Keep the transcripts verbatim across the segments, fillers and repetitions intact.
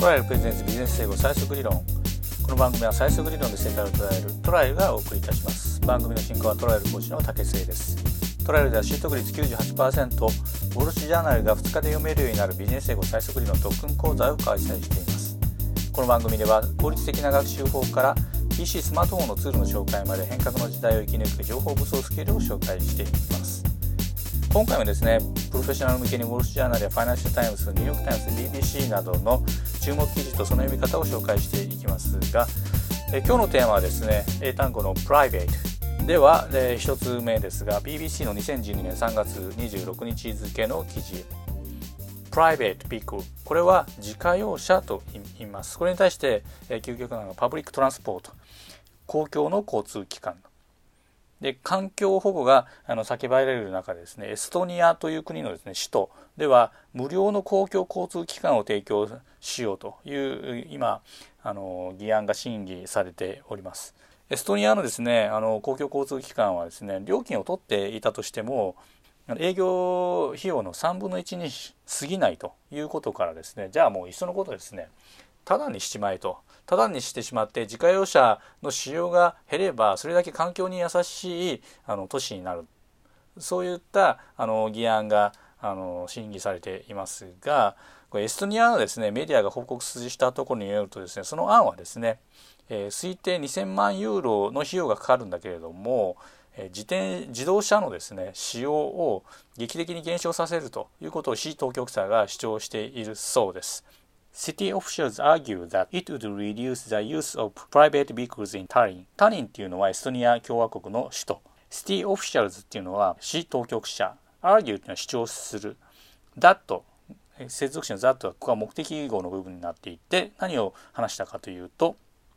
トライアルプレゼンツビジネス英語最速理論。この番組は最速理論で世界を捉えるトライアルがお送りいたします。番組の進行はトライアル講師の竹末です。トライアルでは習得率 きゅうじゅうはちパーセント、ウォール・ストリート・ジャーナルがふつかで読めるようになるビジネス英語最速理論特訓講座を開催しています。この番組では効率的な学習法から ピーシー スマートフォンのツールの紹介まで変革の時代を生き抜く情報武装スキルを紹介していきます。今回はですね、プロフェッショナル向けにウォール・ストリート・ジャーナルやファイナンシャル・タイムズ、ニューヨーク・タイムズ、ビービーシー などの注目記事とその読み方を紹介していきますが、え今日のテーマはですね、英単語のプライベートでは、えー、ひとつめですが ビービーシー のにせんじゅうにねんさんがつにじゅうろくにち付の記事、プライベート・ビークル、これは自家用車と言います。これに対して、えー、究極なのがパブリックトランスポート、公共の交通機関で、環境保護があの叫ばれる中でですね、エストニアという国のですね、首都では無料の公共交通機関を提供しようという今あの議案が審議されております。エストニアのですね、あの公共交通機関はですね、料金を取っていたとしても営業費用のさんぶんのいちに過ぎないということからですね、じゃあもういっそのことですね、タダにしちまえと。タダにしてしまって自家用車の使用が減ればそれだけ環境に優しいあの都市になる、そういったあの議案があの審議されていますが、これエストニアのですねメディアが報告したところによるとですね、その案はですね、えー、推定にせんまんユーロの費用がかかるんだけれども、えー、自転自動車のですね使用を劇的に減少させるということを市当局者が主張しているそうです。City officials argue that it would reduce the use of private vehicles in Tallinn. タリンっていうのはエストニア共和国の首都。City officials っていうのは市当局者。argue っていうのは主張する。that 接続詞の that はここは目的語の部分になっていて、何を話したかというと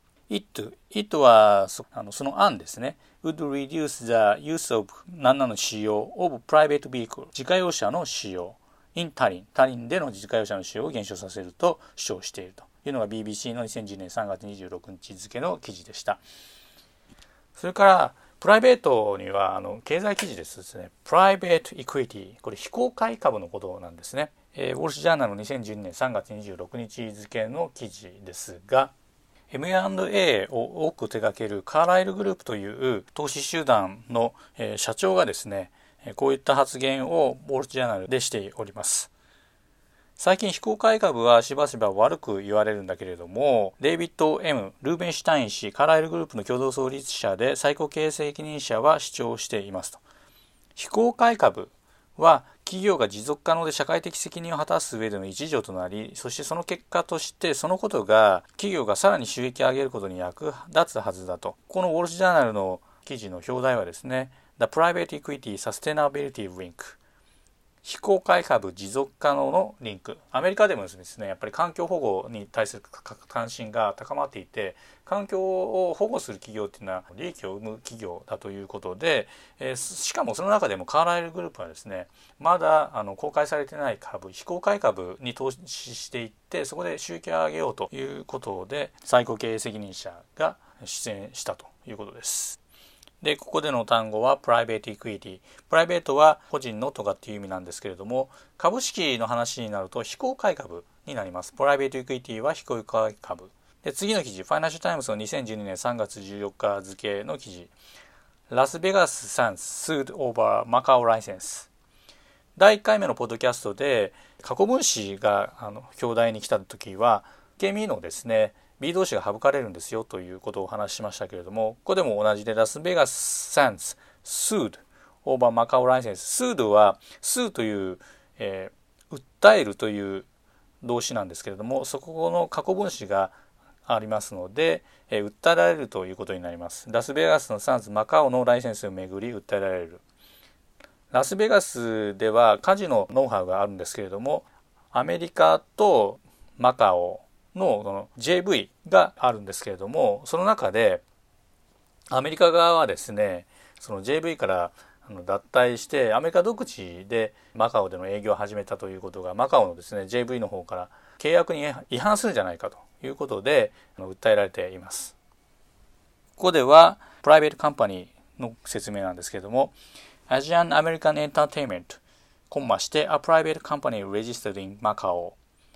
it, it は そ, あのその案ですね。would reduce the use of 何々の使用 of private vehicle 自家用車の使用in タリン、タリンでの自家用車の使用を減少させると主張しているというのが ビービーシー のにせんじゅうねんさんがつにじゅうろくにち付の記事でした。それからプライベートにはあの経済記事ですですね、プライベートエクイティ、これ非公開株のことなんですね。えー、ウォール・ストリート・ジャーナルのにせんじゅうにねんさんがつにじゅうろくにち付の記事ですが、エムアンドエー を多く手掛けるカーライルグループという投資集団の、えー、社長がですね、こういった発言をウォール・ストリート・ジャーナルでしております。最近非公開株はしばしば悪く言われるんだけれども、デイビッド M ルーベンシュタイン氏、カーライルグループの共同創立者で最高経営責任者は主張していますと。非公開株は企業が持続可能で社会的責任を果たす上での一助となり、そしてその結果としてそのことが企業がさらに収益を上げることに役立つはずだと。このウォール・ストリート・ジャーナルの記事の表題はですね、The Private Equity Sustainability Link、 非公開株持続可能のリンク。アメリカでもですね、やっぱり環境保護に対する関心が高まっていて、環境を保護する企業っていうのは利益を生む企業だということで、えー、しかもその中でもカーライルグループはですね、まだあの公開されてない株、非公開株に投資していって、そこで収益を上げようということで最高経営責任者が出演したということです。で、ここでの単語はプライベートエクイティ。プライベートは個人のとかっていう意味なんですけれども、株式の話になると非公開株になります。プライベートエクイティは非公開株。で、次の記事、ファイナンシャルタイムズのにせんじゅうにねんさんがつじゅうよっか付の記事。ラスベガスサンズ sued over Macau license。だいいっかいめのポッドキャストで過去分詞があの表題に来た時は、ケミのですね、B 動詞が省かれるんですよということをお話ししましたけれども、ここでも同じでラスベガスサンズ sued over Macau license。 sued は sue という、えー、訴えるという動詞なんですけれども、そこの過去分詞がありますので、えー、訴えられるということになります。ラスベガスのサンズマカオのライセンスをめぐり訴えられる。ラスベガスではカジノノウハウがあるんですけれども、アメリカとマカオのこの ジェーブイ があるんですけれども、その中でアメリカ側はですね、その ジェーブイ から脱退してアメリカ独自でマカオでの営業を始めたということが、マカオのですね ジェーブイ の方から契約に違反するんじゃないかということで訴えられています。ここではプライベートカンパニーの説明なんですけれども、Asian American Entertainmentコンマして A private company registered in Macau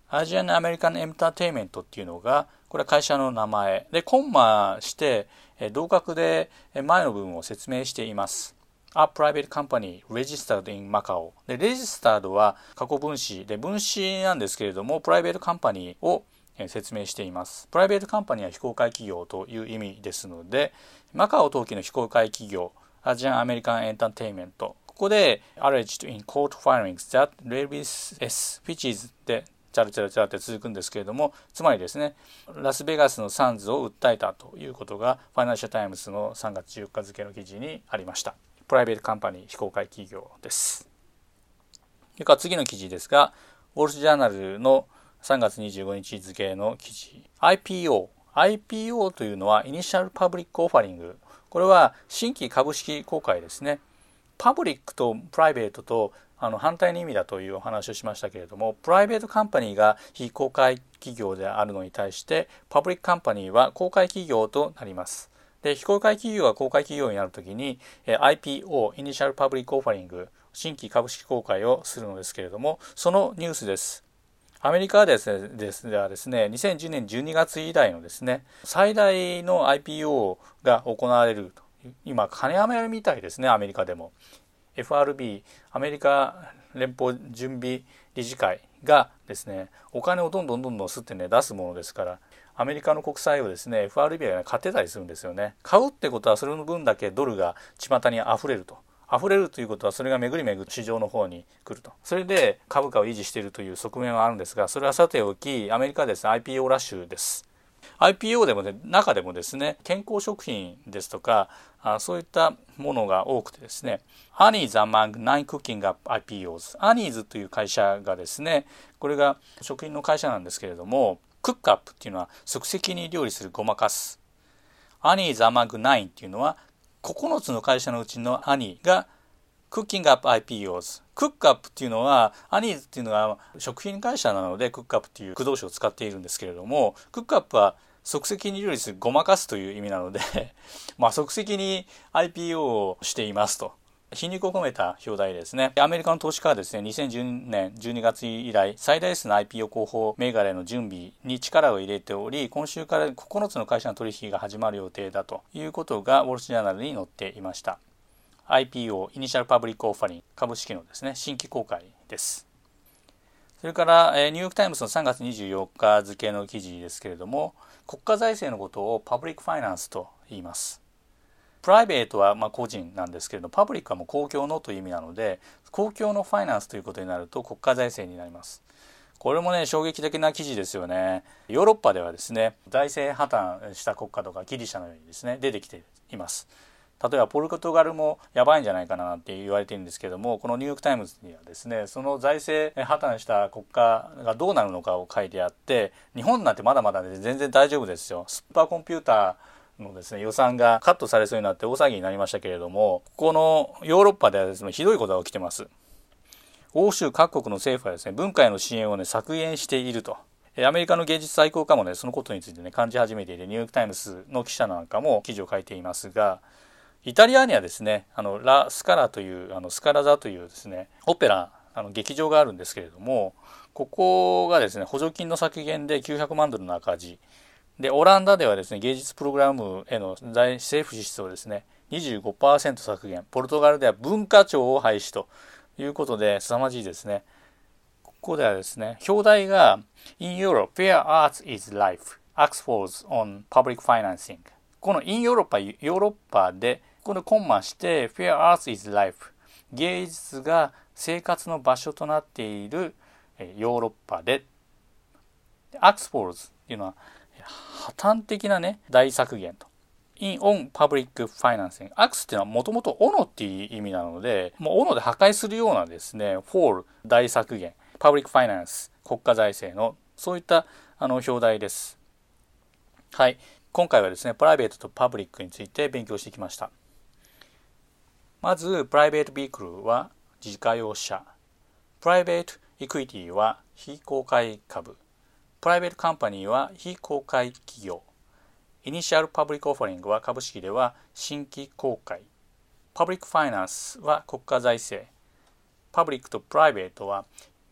アジアンアメリカンエンターテインメントっていうのが、これは会社の名前で、コンマして同格で前の部分を説明しています。A private company registered in Macau で、レジスタードは過去分詞で、分詞なんですけれども、プライベートカンパニーを説明しています。プライベートカンパニーは非公開企業という意味ですので、マカオ登記の非公開企業、アジアンアメリカンエンターテインメント、ここで alleged in court filings that Levis S. Fitches でチャラチャラチャラって続くんですけれども、つまりですね、ラスベガスのサンズを訴えたということがファイナンシャルタイムズのさんがつじゅうよっか付の記事にありました。プライベートカンパニー非公開企業です。それから次の記事ですが、ウォール・ストリート・ジャーナルのさんがつにじゅうごにち付の記事 アイピーオー アイピーオー というのはイニシャルパブリックオファリング、これは新規株式公開ですね。パブリックとプライベートとあの反対の意味だというお話をしましたけれども、プライベートカンパニーが非公開企業であるのに対してパブリックカンパニーは公開企業となります。で、非公開企業が公開企業になるときに アイピーオー イニシャルパブリックオファリング、新規株式公開をするのですけれども、そのニュースです。アメリカはですね、ですではですね、にせんじゅうねんじゅうにがつ以来のですね、最大の アイピーオー が行われると。今、金雨みたいですね、アメリカでも。エフアールビー、アメリカ連邦準備理事会がですね、お金をどんどんどんどん吸ってね、出すものですから、アメリカの国債をですね、エフアールビー が、ね、買ってたりするんですよね。買うってことは、それの分だけドルが巷に溢れると。溢れるということは、それが巡り巡る市場の方に来ると。それで株価を維持しているという側面はあるんですが、それはさておき、アメリカはですね、アイピーオー ラッシュです。アイピーオー でもね、中でもですね、健康食品ですとか、あそういったものが多くてですね、Annie's among nine cooking up アイピーオーズ。Annie's という会社がですね、これが食品の会社なんですけれども、クックアップっていうのは即席に料理するごまかす。Annie's among nine っていうのはここのつの会社のうちのアニーがクッキングアップ アイピーオーズ。クックアップっていうのは、アニーズっていうのは食品会社なのでクックアップっていう駆動詞を使っているんですけれども、クックアップは即席に料理するごまかすという意味なのでまあ即席に アイピーオー をしていますと。皮肉を込めた表題ですね。アメリカの投資家はですね、にせんじゅうねんじゅうにがつ以来、最大数の アイピーオー 広報銘柄への準備に力を入れており、今週からここのつの会社の取引が始まる予定だということが、ウォール・ストリート・ジャーナルに載っていました。アイピーオー、イニシャルパブリックオファリング、株式のですね、新規公開です。それから、ニューヨークタイムズのさんがつにじゅうよっか付の記事ですけれども、国家財政のことをパブリックファイナンスと言います。プライベートはまあ個人なんですけれども、パブリックはもう公共のという意味なので、公共のファイナンスということになると国家財政になります。これもね、衝撃的な記事ですよね。ヨーロッパではですね、財政破綻した国家とかギリシャのようにですね、出てきています。例えばポルトガルもやばいんじゃないかなって言われているんですけども、このニューヨークタイムズにはですね、その財政破綻した国家がどうなるのかを書いてあって、日本なんてまだまだ、ね、全然大丈夫ですよ。スーパーコンピューターのですね、予算がカットされそうになって大騒ぎになりましたけれども、このヨーロッパではですね、ひどいことが起きてます。欧州各国の政府はですね、文化への支援をね、削減していると。アメリカの芸術最高家もね、そのことについてね、感じ始めていて、ニューヨークタイムズの記者なんかも記事を書いていますが、イタリアにはですね、あのラ・スカラというあのスカラ座というですね、オペラあの劇場があるんですけれども、ここがですね、補助金の削減できゅうひゃくまんドルの赤字で、オランダではですね、芸術プログラムへの政府支出をですね にじゅうごパーセント 削減、ポルトガルでは文化庁を廃止ということで凄まじいですね。ここではですね、表題が In Europe, Fair Arts is Life, Oxford's on Public Financing。 この In Europe、 ヨーロッパでこのコンマして Fair Arts is Life、 芸術が生活の場所となっているヨーロッパで、アクスフォーズっていうのは破綻的なね、大削減と。In on public financing。アクスっていうのはもともと斧っていう意味なので、もう斧で破壊するようなですね、fall 大削減、public finance 国家財政のそういったあの表題です。はい、今回はですね、プライベートとパブリックについて勉強してきました。まずプライベートビークルは自家用車、プライベートエクイティは非公開株、プライベートカンパニーは非公開企業、イニシャルパブリックオファリングは株式では新規公開、パブリックファイナンスは国家財政、パブリックとプライベートは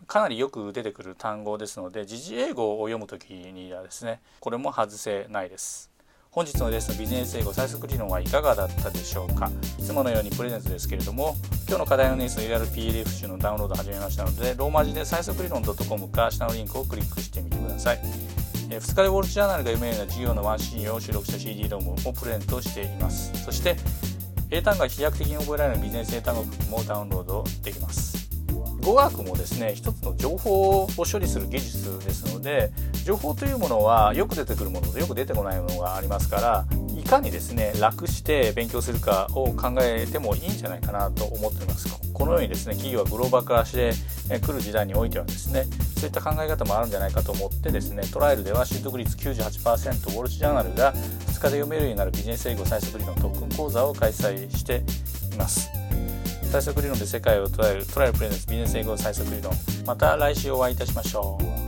かなりよく出てくる単語ですので、時事英語を読むときにはですね、これも外せないです。本日のレッスンビジネス英語最速理論はいかがだったでしょうか。いつものようにプレゼントですけれども、今日の課題のニュースの ユーアールエルピーディーエフ 集のダウンロードを始めましたので、ローマ字で最速理論 .com か下のリンクをクリックしてみてください。えふつかでウォール・ジャーナルが読めるような授業のワンシーンを収録した シーディー ロムをプレゼントしています。そして英単語が飛躍的に覚えられるビジネス英単語局もダウンロードできます。語学もですね、一つの情報を処理する技術ですので、情報というものはよく出てくるものとよく出てこないものがありますから、いかにですね楽して勉強するかを考えてもいいんじゃないかなと思っています。このようにですね、企業はグローバル化してくる時代においてはですね、そういった考え方もあるんじゃないかと思ってですね、トライアルでは習得率 きゅうじゅうはちパーセント、ウォール・ジャーナルがふつかで読めるようになるビジネス英語最速理論特訓講座を開催しています。最速理論で世界を捉えるトライアルプレゼンツビジネス英語最速理論、また来週お会いいたしましょう。